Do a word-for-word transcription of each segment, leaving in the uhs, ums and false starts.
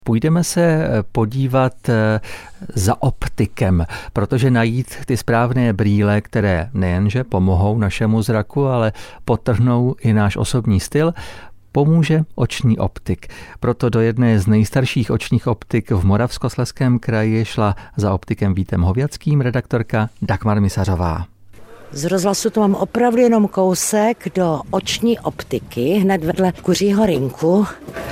Půjdeme se podívat za optikem, protože najít ty správné brýle, které nejenže pomohou našemu zraku, ale podtrhnou i náš osobní styl, pomůže oční optik. Proto do jedné z nejstarších očních optik v Moravskoslezském kraji šla za optikem Vítem Hověckým redaktorka Dagmar Misařová. Z rozhlasu to mám opravdu jenom kousek do oční optiky, hned vedle Kuřího rynku.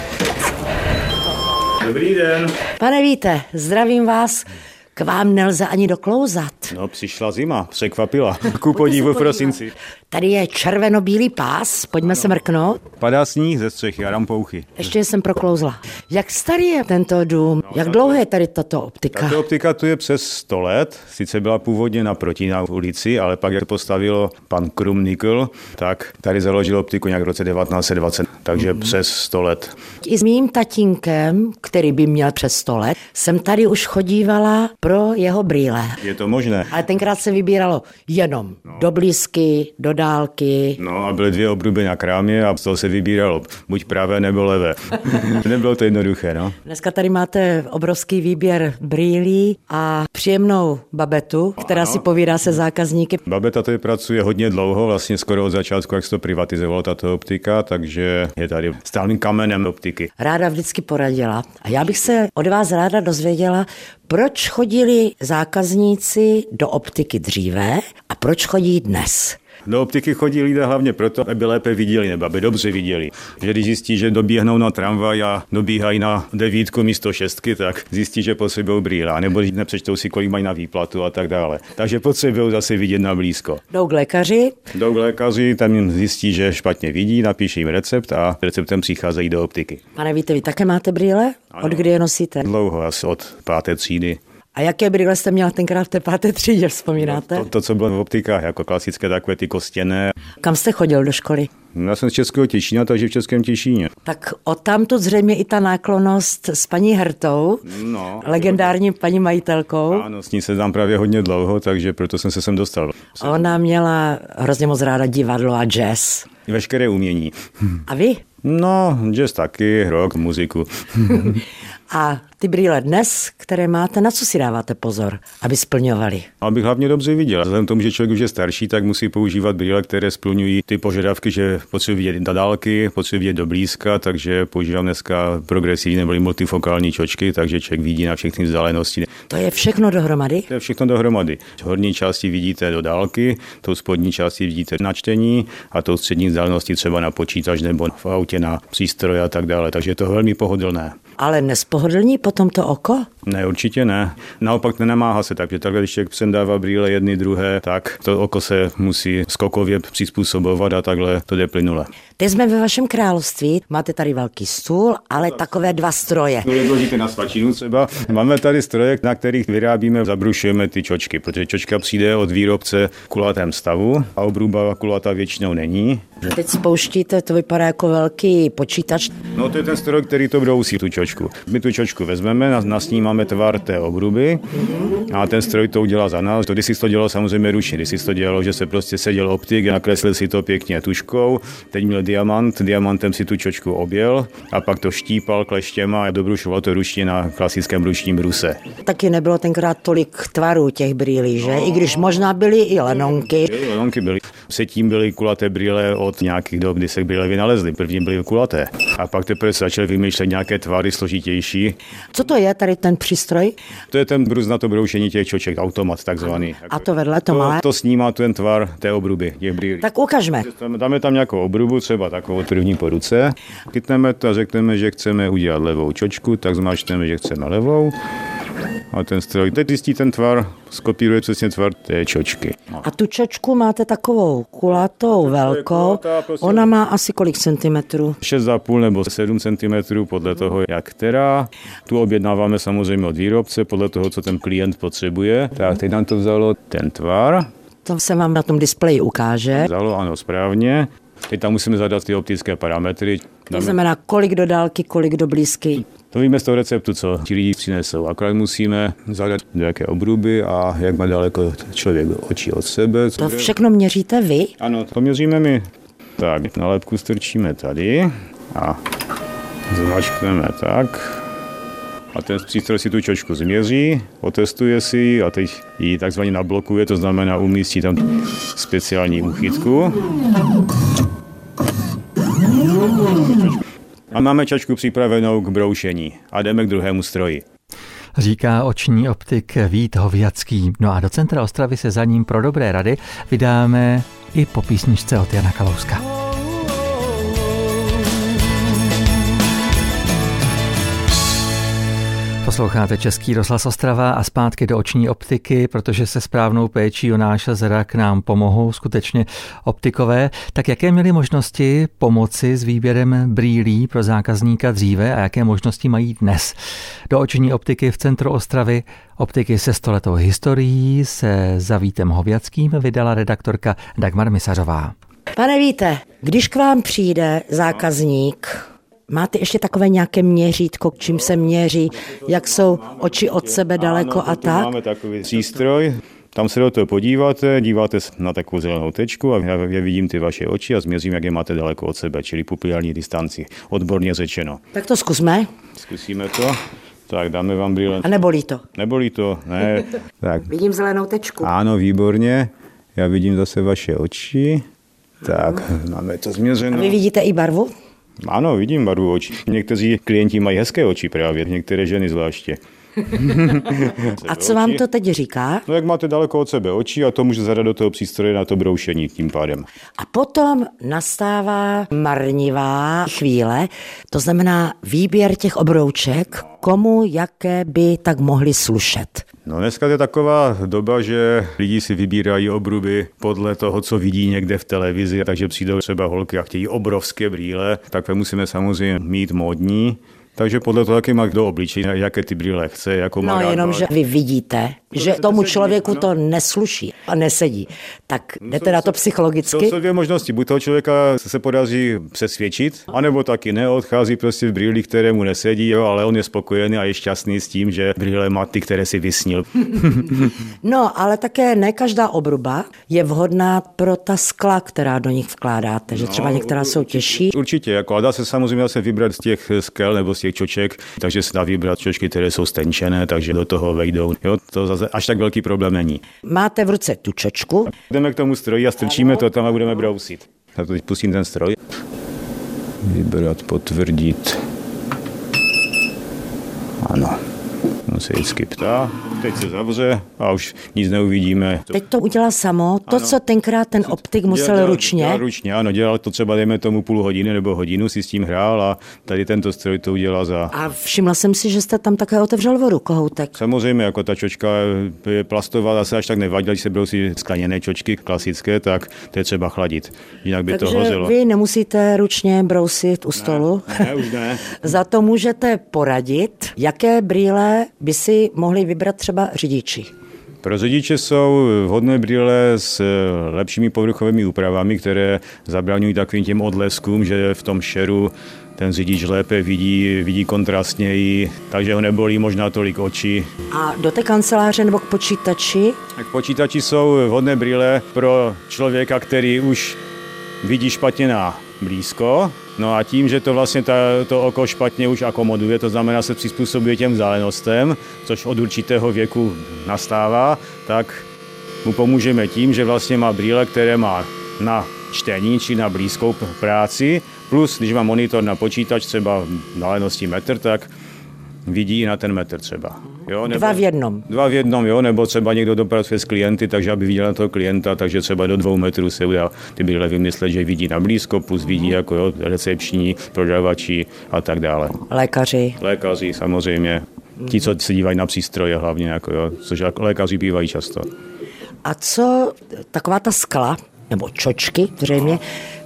Dobrý den. Pane Víte, zdravím vás. K vám nelze ani doklouzat. No, přišla zima, překvapila. Ku podivu v prosinci. Tady je červeno-bílý pás, pojďme ano. se mrknout. Padá sníh ze střechy a rampouchy. Ještě jsem proklouzla. Jak starý je tento dům? No, Jak dlouho je tady tato optika? Tato optika tu je přes sto let. Sice byla původně naproti na ulici, ale pak jak postavilo pan Krum-Nikl, tak tady založil optiku nějak v roce devatenáct set dvacet, takže mm. přes sto let. I s mým tatínkem, který by měl přes sto let, jsem tady už chodívala pro jeho brýle. Je to možné. Ale tenkrát se vybíralo jenom no. do blízky, do dálky. No a byly dvě obruby na krámě a z toho se vybíralo buď pravé nebo levé. Nebylo to jednoduché, no. Dneska tady máte obrovský výběr brýlí a příjemnou babetu, která ano. si povídá se zákazníky. Babeta tady pracuje hodně dlouho, vlastně skoro od začátku, jak se to privatizovalo, tato optika, takže je tady stálým kamenem optiky. Ráda vždycky poradila. A já bych se od vás ráda dozvěděla, proč chodili zákazníci do optiky dříve a proč chodí dnes? Do optiky chodí lidé hlavně proto, aby lépe viděli nebo aby dobře viděli. Že když zjistí, že doběhnou na tramvaj a dobíhají na devítku místo šestky, tak zjistí, že potřebují brýle, nebo když nepřečtou si, kolik mají na výplatu a tak dále. Takže potřebují zase vidět na blízko. Jdou k lékaři? Jdou k lékaři, tam jim zjistí, že špatně vidí, napíše jim recept a receptem přicházejí do optiky. Pane Víte, vy také máte brýle? Ano. Od kdy je nosíte? Dlouho, asi od páté třídy. A jaké brýle jste měla tenkrát v té páté třídě, vzpomínáte? No, to, to, co bylo v optikách, jako klasické takové ty kostěné. Kam jste chodil do školy? Já jsem z Českého Těšína, takže v Českém Těšíně. Tak odtamtud zřejmě i ta náklonnost s paní Hertou, no, legendární paní majitelkou. Ano, s ní se znám právě hodně dlouho, takže proto jsem se sem dostal. Ona měla hrozně moc ráda divadlo a jazz. Veškeré umění. A vy? No, jazz taky, rock, muziku. A ty brýle dnes, které máte, na co si dáváte pozor, aby splňovaly? Abych hlavně dobře viděl. Vzhledem k tomu, že člověk už je starší, tak musí používat brýle, které splňují ty požadavky, že potřebuje vidět na dálky, potřebuje vidět do blízka, takže používám dneska progresivní nebo multifokální čočky, takže člověk vidí na všechny vzdálenosti. To je všechno dohromady? To je všechno dohromady. V horní části vidíte do dálky, tou spodní části vidíte na čtení a tou střední vzdálenosti třeba na počítač nebo v autě na přístroj a tak dále, takže je to velmi pohodlné. Ale nespohodlní potom to oko? Ne, určitě ne. Naopak nenamáhá se, takže takhle, když člověk přendává brýle jedny, druhé, tak to oko se musí skokově přizpůsobovat a takhle to jde plynule. Teď jsme ve vašem království, máte tady velký stůl, ale takové dva stroje. To je důležité na svačinu třeba. Máme tady stroje, na kterých vyrábíme, zabrušujeme ty čočky, protože čočka přijde od výrobce v kulatém stavu a obruba kulatá většinou není. Teď spouštíte, to vypadá jako velký počítač. No to je ten stroj, který to brousí, tu čočku. My tu čočku vezmeme, na, na ní máme tvar té obruby a ten stroj to udělá za nás. To když si to dělalo samozřejmě ručně, když si to dělalo, že se prostě seděl optik, nakreslil si to pěkně tuškou, teď měl diamant, diamantem si tu čočku objel a pak to štípal kleštěma a dobrušoval to ručně na klasickém ručním bruse. Taky nebylo tenkrát tolik tvarů těch brýlí, že? No. I když možná byly i lenonky. Byly lenonky byly. Předtím byly kulaté brýle od nějakých dob, kdy se brýle vynalezly. První byly kulaté. A pak teprve se začaly vymýšlet nějaké tvary složitější. Co to je tady ten přístroj? To je ten brus na to broušení těch čoček, automat takzvaný. A to vedle to, to malé? To snímá ten tvar té obruby, těch brýlí. Tak ukažme. Dáme tam nějakou obrubu, třeba takovou první po ruce. Chytneme to a řekneme, že chceme udělat levou čočku, tak zmáčkneme, že chceme levou. A ten stroj teď zjistí ten tvar, skopíruje přesně tvar té čočky. No. A tu čočku máte takovou kulatou, velkou. Kulatá, ona má asi kolik centimetrů? šest a půl nebo sedm centimetrů, podle toho, jak která. Tu objednáváme samozřejmě od výrobce, podle toho, co ten klient potřebuje. Tak teď nám to vzalo ten tvar. To se vám na tom displeji ukáže. Vzalo, ano, správně. Teď tam musíme zadat ty optické parametry. To znamená, kolik do dálky, kolik do blízky. To víme z toho receptu, co ti lidi přinesou. Akorát musíme zadat do jaké obruby a jak má daleko člověk oči od sebe. To všechno měříte vy? Ano, to měříme my. Tak, nálepku strčíme tady a zmačkneme tak. A ten přístroj si tu čočku změří, otestuje si ji a teď ji takzvaně nablokuje, to znamená umístí tam speciální úchytku. A máme čočku připravenou k broušení a jdeme k druhému stroji. Říká oční optik Vít Hověcký. No a do centra Ostravy se za ním pro dobré rady vydáme i po písničce od Jana Kalouska. Posloucháte Český rozhlas Ostrava a zpátky do oční optiky, protože se správnou péčí o náš zrak nám pomohou skutečně optikové. Tak jaké měly možnosti pomoci s výběrem brýlí pro zákazníka dříve a jaké možnosti mají dnes? Do oční optiky v centru Ostravy, optiky se stoletou historií, se za Vítem Hověckým vydala redaktorka Dagmar Misařová. Pane Víte, když k vám přijde zákazník, máte ještě takové nějaké měřítko, čím se měří, jak jsou oči od sebe daleko ano, a tak? Máme takový přístroj, tam se do toho podíváte, díváte na takovou zelenou tečku a já vidím ty vaše oči a změřím, jak je máte daleko od sebe, čili pupilální distanci, odborně řečeno. Tak to zkusme. Zkusíme to. Tak, dáme vám brýle. A nebolí to? Nebolí to, ne. Tak. Vidím zelenou tečku. Ano, výborně. Já vidím zase vaše oči. Tak, máme to změřeno. A vy vidíte i barvu? Ano, vidím barvu očí. Někteří klienti mají hezké oči právě, některé ženy zvláště. A co vám to teď říká? No jak máte daleko od sebe oči a to může zadat do toho přístroje na to broušení tím pádem. A potom nastává marnivá chvíle, to znamená výběr těch obrouček, komu jaké by tak mohly slušet. No dneska je taková doba, že lidi si vybírají obruby podle toho, co vidí někde v televizi, takže přijdou třeba holky a chtějí obrovské brýle, tak musíme samozřejmě mít módní. Takže podle toho, jaký má kdo obličej, jaké ty brýle chce, jako má. No jenom, že vy vidíte, že tomu člověku to nesluší a nesedí. Tak jdete na to psychologicky? To jsou dvě možnosti. Buď toho člověka se podaří přesvědčit, anebo taky ne, odchází prostě v brýlích, které mu nesedí, jo, ale on je spokojený a je šťastný s tím, že brýle má ty, které si vysnil. No, ale také ne každá obruba je vhodná pro ta skla, která do nich vkládáte, že třeba některá jsou těžší. Určitě, jako a dá se samozřejmě se vybrat z těch skel nebo z těch čoček, takže se dá vybrat čočky, které jsou stenčené, takže do toho vejdou. Jo, to zase až tak velký problém není. Máte v ruce tu čočku. Jdeme k tomu stroji a strčíme to tam a budeme brousit. Já teď pustím ten stroj. Vybrat, potvrdit. Ano. On se vždycky ptá, teď se zavře a už nic neuvidíme. Teď to udělá samo, to, ano. Co tenkrát ten optik musel dělal, ručně. Dělal ručně, ano, dělal to třeba, dejme tomu půl hodiny nebo hodinu, si s tím hrál a tady tento stroj to udělal za... A všimla jsem si, že jste tam také otevřel vodu, kohoutek. Samozřejmě, jako ta čočka je plastová, zase až tak nevadí, když se brousí skleněné čočky klasické, tak to je třeba chladit, jinak by Takže to hořelo. vy nemusíte ručně brousit u stolu. Ne, ne, už ne. Za to můžete poradit, jaké brýle by si mohli vybrat třeba řidiči. Pro řidiče jsou vhodné brýle s lepšími povrchovými úpravami, které zabraňují takovým těm odleskům, že v tom šeru ten řidič lépe vidí, vidí kontrastněji, takže ho nebolí možná tolik oči. A do té kanceláře nebo k počítači? K počítači jsou vhodné brýle pro člověka, který už vidí špatně na blízko. No a tím, že to vlastně ta, to oko špatně už akomoduje, to znamená se přizpůsobuje těm vzdálenostem, což od určitého věku nastává, tak mu pomůžeme tím, že vlastně má brýle, které má na čtení či na blízkou práci, plus když má monitor na počítač třeba vzdálenosti metr, tak vidí i na ten metr třeba. Jo, nebo, dva v jednom. Dva v jednom, jo, nebo třeba někdo dopracuje s klienty, takže aby viděl na toho klienta, takže třeba do dvou metrů se udá ty brýle vymyslet, že vidí na blízko, plus vidí jako jo, recepční, prodavači a tak dále. Lékaři. Lékaři samozřejmě. Ti, co se dívají na přístroje hlavně, jako jo, což lékaři bývají často. A co taková ta skla, nebo čočky zřejmě,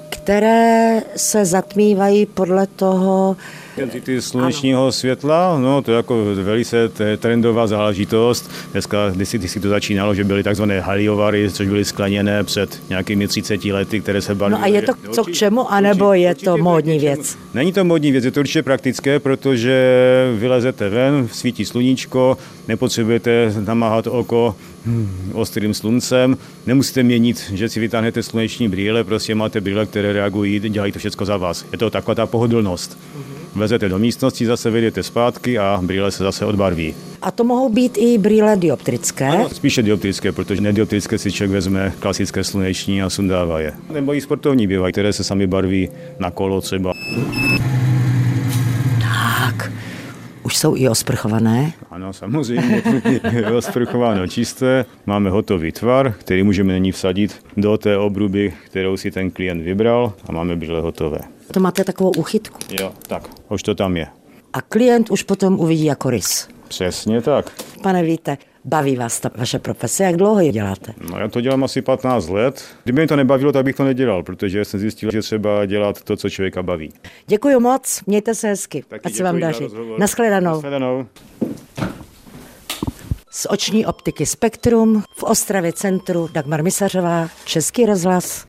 které se zatmívají podle toho... Intenzity slunečního ano. světla, no to je jako velice trendová záležitost. Dneska, když si, když si to začínalo, že byly takzvané haliovary, což byly skleněné před nějakými třiceti lety, které se barví. No a je to co určitě, k čemu, anebo určitě, je to módní věc? Není to módní věc, je to určitě praktické, protože vylezete ven, svítí sluníčko, nepotřebujete namáhat oko hmm, ostrým sluncem, nemusíte měnit, že si vytáhnete sluneční brýle, prostě máte brýle, které reagují, dělají to všechno za vás. Je to taková ta pohodlnost. vezete do místnosti, zase vyjdete zpátky a brýle se zase odbarví. A to mohou být i brýle dioptrické? Ano, spíše dioptrické, protože nedioptrické si člověk vezme klasické sluneční a sundává je. Nebo i sportovní bývají, které se sami barví na kolo třeba. Tak, už jsou i osprchované? Ano, samozřejmě, je osprchováno čisté. Máme hotový tvar, který můžeme nyní vsadit do té obruby, kterou si ten klient vybral a máme brýle hotové. To máte takovou uchytku. Jo, tak, už to tam je. A klient už potom uvidí jako rys. Přesně tak. Pane Víte, baví vás ta vaše profese? Jak dlouho ji děláte? No, já to dělám asi patnáct let. Kdyby mě to nebavilo, tak bych to nedělal, protože jsem zjistil, že třeba dělat to, co člověka baví. Děkuji moc, mějte se hezky. Taky ať se vám daří. Naschledanou. Naschledanou. Z oční optiky Spektrum v Ostravě centru Dagmar Misařová, Český rozhlas.